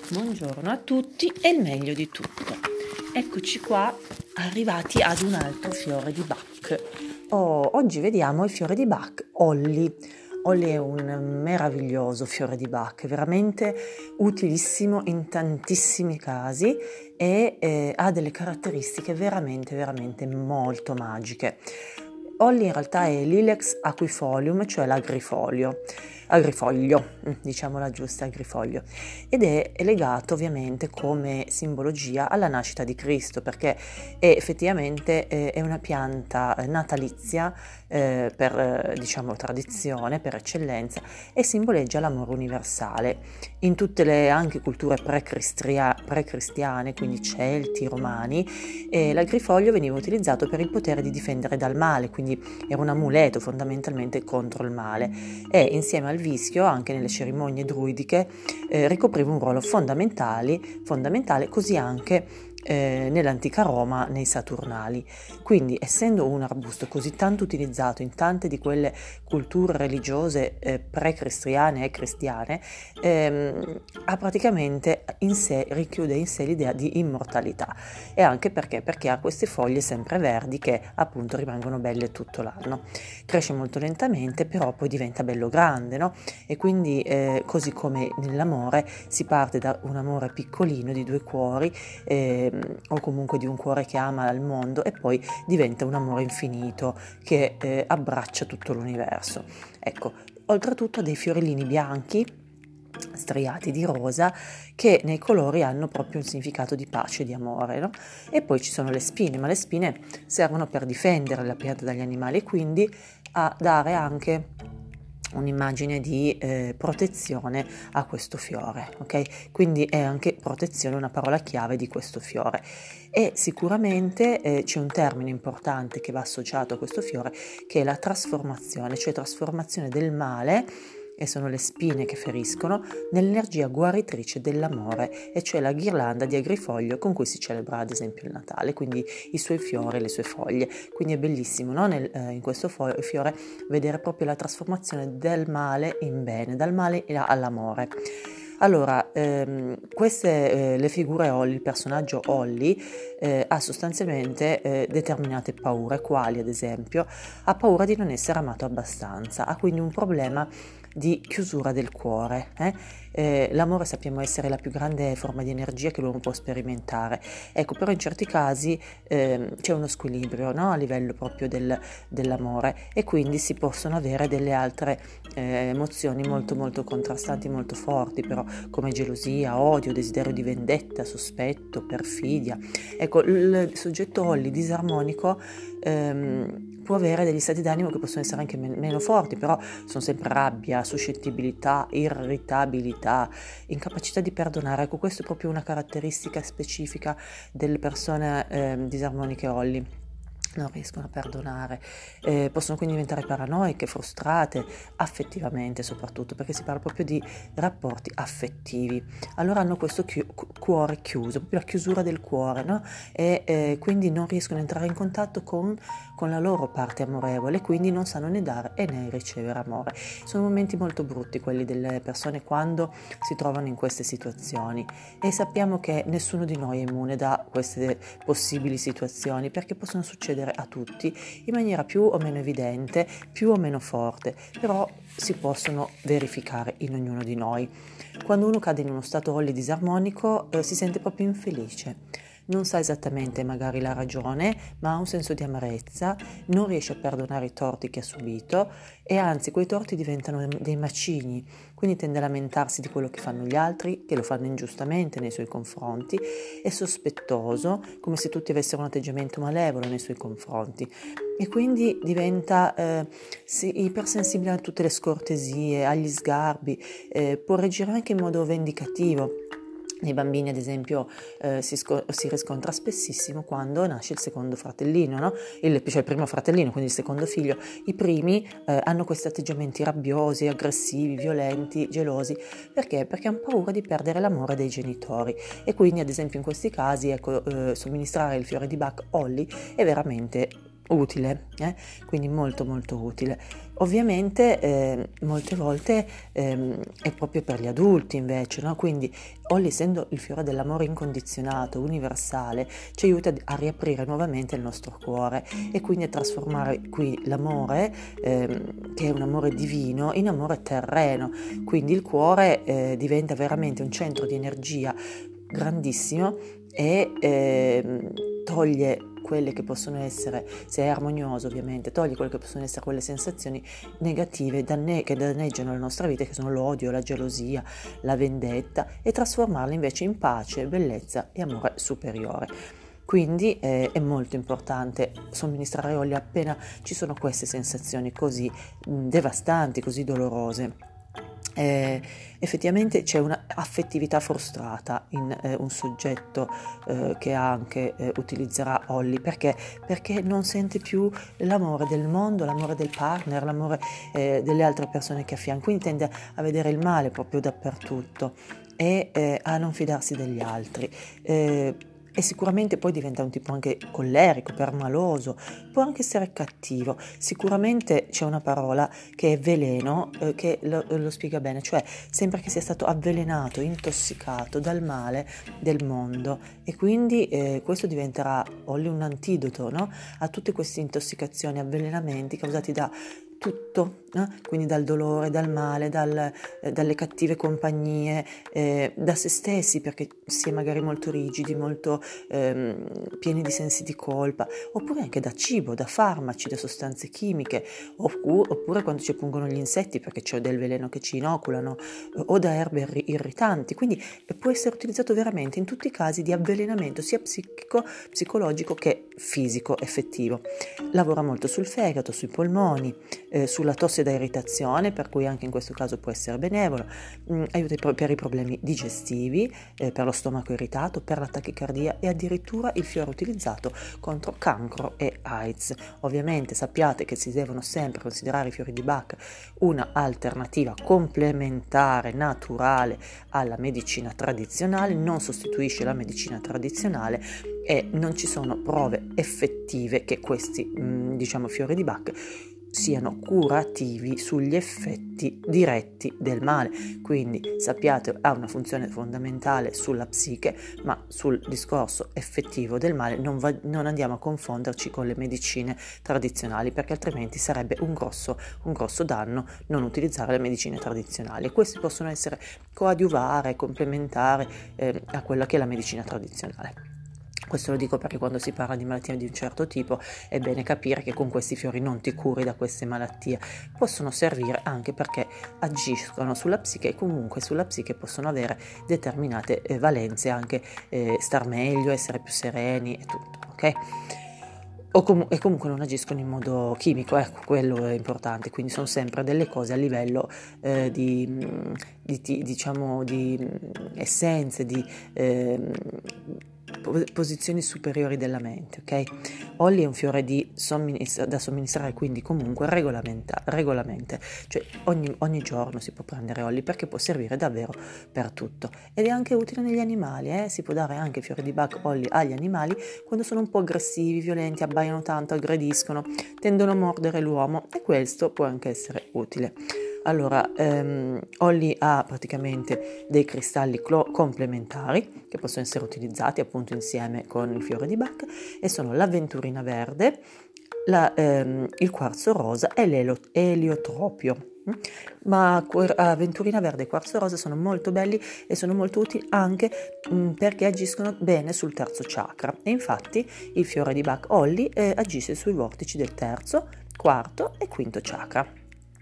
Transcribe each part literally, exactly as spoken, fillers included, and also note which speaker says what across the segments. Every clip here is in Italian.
Speaker 1: Buongiorno a tutti e il meglio di tutto. Eccoci qua, arrivati ad un altro fiore di Bach. Oh, oggi vediamo il fiore di Bach, Holly. Holly è un meraviglioso fiore di Bach, veramente utilissimo in tantissimi casi e eh, ha delle caratteristiche veramente, veramente molto magiche. Holly in realtà è l'Ilex aquifolium, cioè l'agrifoglio, agrifoglio, diciamo la giusta agrifoglio, ed è legato ovviamente come simbologia alla nascita di Cristo, perché è effettivamente eh, è una pianta natalizia eh, per eh, diciamo tradizione, per eccellenza, e simboleggia l'amore universale. In tutte le anche culture pre-cristia- pre-cristiane, quindi Celti, Romani, eh, l'agrifoglio veniva utilizzato per il potere di difendere dal male, quindi era un amuleto fondamentalmente contro il male, e insieme al vischio anche nelle cerimonie druidiche eh, ricopriva un ruolo fondamentale, fondamentale così anche eh, nell'antica Roma nei Saturnali. Quindi, essendo un arbusto così tanto utilizzato in tante di quelle culture religiose eh, pre-cristiane e cristiane, ehm, ha praticamente in sé, richiude in sé l'idea di immortalità, e anche perché, perché ha queste foglie sempreverdi che appunto rimangono belle tutto l'anno. Cresce molto lentamente, però poi diventa bello grande, no? E quindi eh, così come nell'amore si parte da un amore piccolino di due cuori, eh, o comunque di un cuore che ama il mondo, e poi diventa un amore infinito che eh, abbraccia tutto l'universo. Ecco, oltretutto ha dei fiorellini bianchi striati di rosa che nei colori hanno proprio un significato di pace e di amore, no? E poi ci sono le spine, ma le spine servono per difendere la pianta dagli animali e quindi a dare anche un'immagine di eh, protezione a questo fiore, ok? Quindi è anche protezione una parola chiave di questo fiore. E sicuramente eh, c'è un termine importante che va associato a questo fiore, che è la trasformazione, cioè trasformazione del male, e sono le spine che feriscono, nell'energia guaritrice dell'amore, e cioè la ghirlanda di agrifoglio con cui si celebra ad esempio il Natale, quindi i suoi fiori e le sue foglie. Quindi è bellissimo, no? Nel, eh, in questo fo- fiore vedere proprio la trasformazione del male in bene, dal male all'amore. Allora, ehm, queste, eh, le figure Holly, il personaggio Holly, eh, ha sostanzialmente eh, determinate paure, quali ad esempio ha paura di non essere amato abbastanza, ha quindi un problema di chiusura del cuore. Eh? Eh, l'amore sappiamo essere la più grande forma di energia che l'uomo può sperimentare, ecco, però in certi casi eh, c'è uno squilibrio, no? A livello proprio del, dell'amore, e quindi si possono avere delle altre eh, emozioni molto molto contrastanti, molto forti, però come gelosia, odio, desiderio di vendetta, sospetto, perfidia. Ecco, il soggetto Holly disarmonico ehm, può avere degli stati d'animo che possono essere anche men- meno forti, però sono sempre rabbia, suscettibilità, irritabilità, incapacità di perdonare. Ecco, questo è proprio una caratteristica specifica delle persone ehm, disarmoniche Holly. Non riescono a perdonare, eh, possono quindi diventare paranoiche, frustrate, affettivamente soprattutto, perché si parla proprio di rapporti affettivi. Allora hanno questo chi- cuore chiuso, proprio la chiusura del cuore, no? E eh, quindi non riescono a entrare in contatto con, con la loro parte amorevole, quindi non sanno né dare e né ricevere amore. Sono momenti molto brutti quelli delle persone quando si trovano in queste situazioni, e sappiamo che nessuno di noi è immune da queste possibili situazioni, perché possono succedere a tutti in maniera più o meno evidente, più o meno forte, però si possono verificare in ognuno di noi. Quando uno cade in uno stato Holly disarmonico eh, si sente proprio infelice. Non sa esattamente magari la ragione, ma ha un senso di amarezza, non riesce a perdonare i torti che ha subito, e anzi quei torti diventano dei macigni, quindi tende a lamentarsi di quello che fanno gli altri, che lo fanno ingiustamente nei suoi confronti, è sospettoso, come se tutti avessero un atteggiamento malevolo nei suoi confronti, e quindi diventa eh, sì, ipersensibile a tutte le scortesie, agli sgarbi, eh, può reagire anche in modo vendicativo. Nei bambini, ad esempio, eh, si, sco- si riscontra spessissimo quando nasce il secondo fratellino, no? il, cioè il primo fratellino, quindi il secondo figlio. I primi eh, hanno questi atteggiamenti rabbiosi, aggressivi, violenti, gelosi. Perché? Perché hanno paura di perdere l'amore dei genitori, e quindi, ad esempio, in questi casi, ecco, eh, somministrare il fiore di Bach Holly è veramente utile, eh? Quindi molto molto utile. Ovviamente eh, molte volte ehm, è proprio per gli adulti invece, no? Quindi Olli, essendo il fiore dell'amore incondizionato, universale, ci aiuta a riaprire nuovamente il nostro cuore e quindi a trasformare qui l'amore, ehm, che è un amore divino, in amore terreno. Quindi il cuore eh, diventa veramente un centro di energia grandissimo e eh, toglie quelle che possono essere, se è armonioso ovviamente, toglie quelle che possono essere quelle sensazioni negative danne- che danneggiano la nostra vita, che sono l'odio, la gelosia, la vendetta, e trasformarle invece in pace, bellezza e amore superiore. Quindi eh, è molto importante somministrare olio appena ci sono queste sensazioni così mh, devastanti, così dolorose. Eh, effettivamente c'è un'affettività frustrata in eh, un soggetto eh, che anche eh, utilizzerà Olli, perché? Perché non sente più l'amore del mondo, l'amore del partner, l'amore eh, delle altre persone che affianca, quindi tende a vedere il male proprio dappertutto e eh, a non fidarsi degli altri. Eh, e sicuramente poi diventa un tipo anche collerico, permaloso, può anche essere cattivo. Sicuramente c'è una parola che è veleno, eh, che lo, lo spiega bene, cioè sembra che sia stato avvelenato, intossicato dal male del mondo, e quindi eh, questo diventerà Olli un antidoto, no? A tutte queste intossicazioni, avvelenamenti causati da tutto, eh? Quindi dal dolore, dal male, dal, eh, dalle cattive compagnie, eh, da se stessi, perché si è magari molto rigidi, molto ehm, pieni di sensi di colpa, oppure anche da cibo, da farmaci, da sostanze chimiche, oppure, oppure quando ci pungono gli insetti perché c'è del veleno che ci inoculano, eh, o da erbe irri- irritanti. Quindi eh, può essere utilizzato veramente in tutti i casi di avvelenamento, sia psichico, psicologico che fisico effettivo. Lavora molto sul fegato, sui polmoni, eh, sulla tosse da irritazione, per cui anche in questo caso può essere benevolo, mh, aiuta i pro- per i problemi digestivi, eh, per lo stomaco irritato, per la tachicardia, e addirittura il fiore utilizzato contro cancro e AIDS. Ovviamente sappiate che si devono sempre considerare i fiori di Bach una alternativa complementare, naturale alla medicina tradizionale, non sostituisce la medicina tradizionale e non ci sono prove effettive che questi mh, diciamo fiori di Bach siano curativi sugli effetti diretti del male. Quindi sappiate, ha una funzione fondamentale sulla psiche, ma sul discorso effettivo del male non, va, non andiamo a confonderci con le medicine tradizionali, perché altrimenti sarebbe un grosso, un grosso danno non utilizzare le medicine tradizionali, e questi possono essere coadiuvare, complementare eh, a quella che è la medicina tradizionale. Questo lo dico perché quando si parla di malattie di un certo tipo è bene capire che con questi fiori non ti curi da queste malattie. Possono servire anche perché agiscono sulla psiche, e comunque sulla psiche possono avere determinate eh, valenze, anche eh, star meglio, essere più sereni e tutto, ok? O com- e comunque non agiscono in modo chimico, ecco, quello è importante. Quindi sono sempre delle cose a livello eh, di, di, di, diciamo, di essenze, di eh, posizioni superiori della mente, ok? Olli è un fiore di somministra- da somministrare quindi comunque regolamenta- regolamente, cioè ogni, ogni giorno si può prendere Olli, perché può servire davvero per tutto, ed è anche utile negli animali, eh? Si può dare anche fiore di Bach Olli agli animali quando sono un po' aggressivi, violenti, abbaiano tanto, aggrediscono, tendono a mordere l'uomo, e questo può anche essere utile. Allora, ehm, Olli ha praticamente dei cristalli clo- complementari che possono essere utilizzati appunto insieme con il fiore di Bach, e sono l'avventurina verde, la, ehm, il quarzo rosa e l'eliotropio. Ma avventurina verde e quarzo rosa sono molto belli e sono molto utili anche mh, perché agiscono bene sul terzo chakra, e infatti il fiore di Bach Olli eh, agisce sui vortici del terzo, quarto e quinto chakra.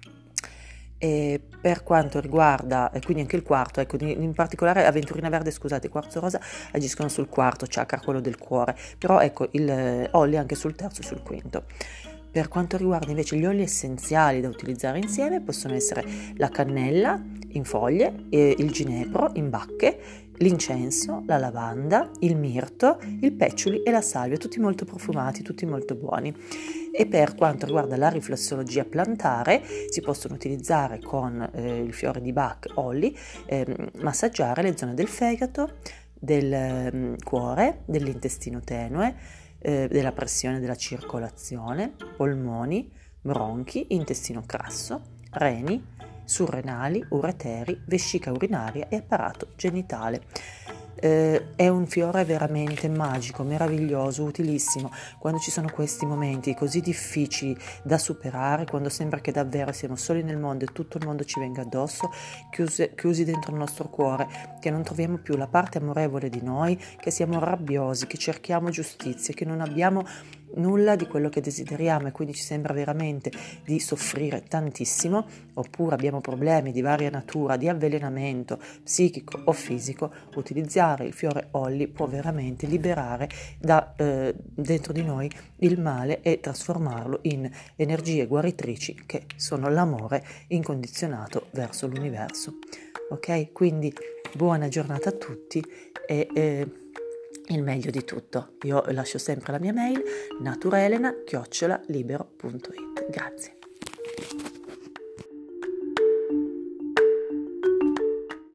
Speaker 1: E per quanto riguarda, e quindi anche il quarto, ecco, in particolare avventurina verde, scusate, quarzo rosa agiscono sul quarto chakra, quello del cuore, però ecco il olli anche sul terzo e sul quinto. Per quanto riguarda invece gli oli essenziali da utilizzare insieme, possono essere la cannella in foglie, il ginepro in bacche, l'incenso, la lavanda, il mirto, il patchouli e la salvia, tutti molto profumati, tutti molto buoni. E per quanto riguarda la riflessologia plantare, si possono utilizzare con eh, il fiore di Bach Olli, eh, massaggiare le zone del fegato, del um, cuore, dell'intestino tenue, eh, della pressione della circolazione, polmoni, bronchi, intestino grasso, reni, surrenali, ureteri, vescica urinaria e apparato genitale. Eh, è un fiore veramente magico, meraviglioso, utilissimo quando ci sono questi momenti così difficili da superare, quando sembra che davvero siamo soli nel mondo e tutto il mondo ci venga addosso, chiusi, chiusi dentro il nostro cuore, che non troviamo più la parte amorevole di noi, che siamo rabbiosi, che cerchiamo giustizia, che non abbiamo nulla di quello che desideriamo e quindi ci sembra veramente di soffrire tantissimo, oppure abbiamo problemi di varia natura, di avvelenamento psichico o fisico. Utilizzare il fiore Olli può veramente liberare da eh, dentro di noi il male e trasformarlo in energie guaritrici che sono l'amore incondizionato verso l'universo. Ok? Quindi buona giornata a tutti e eh, il meglio di tutto. Io lascio sempre la mia mail naturelena chiocciola libero punto it. Grazie.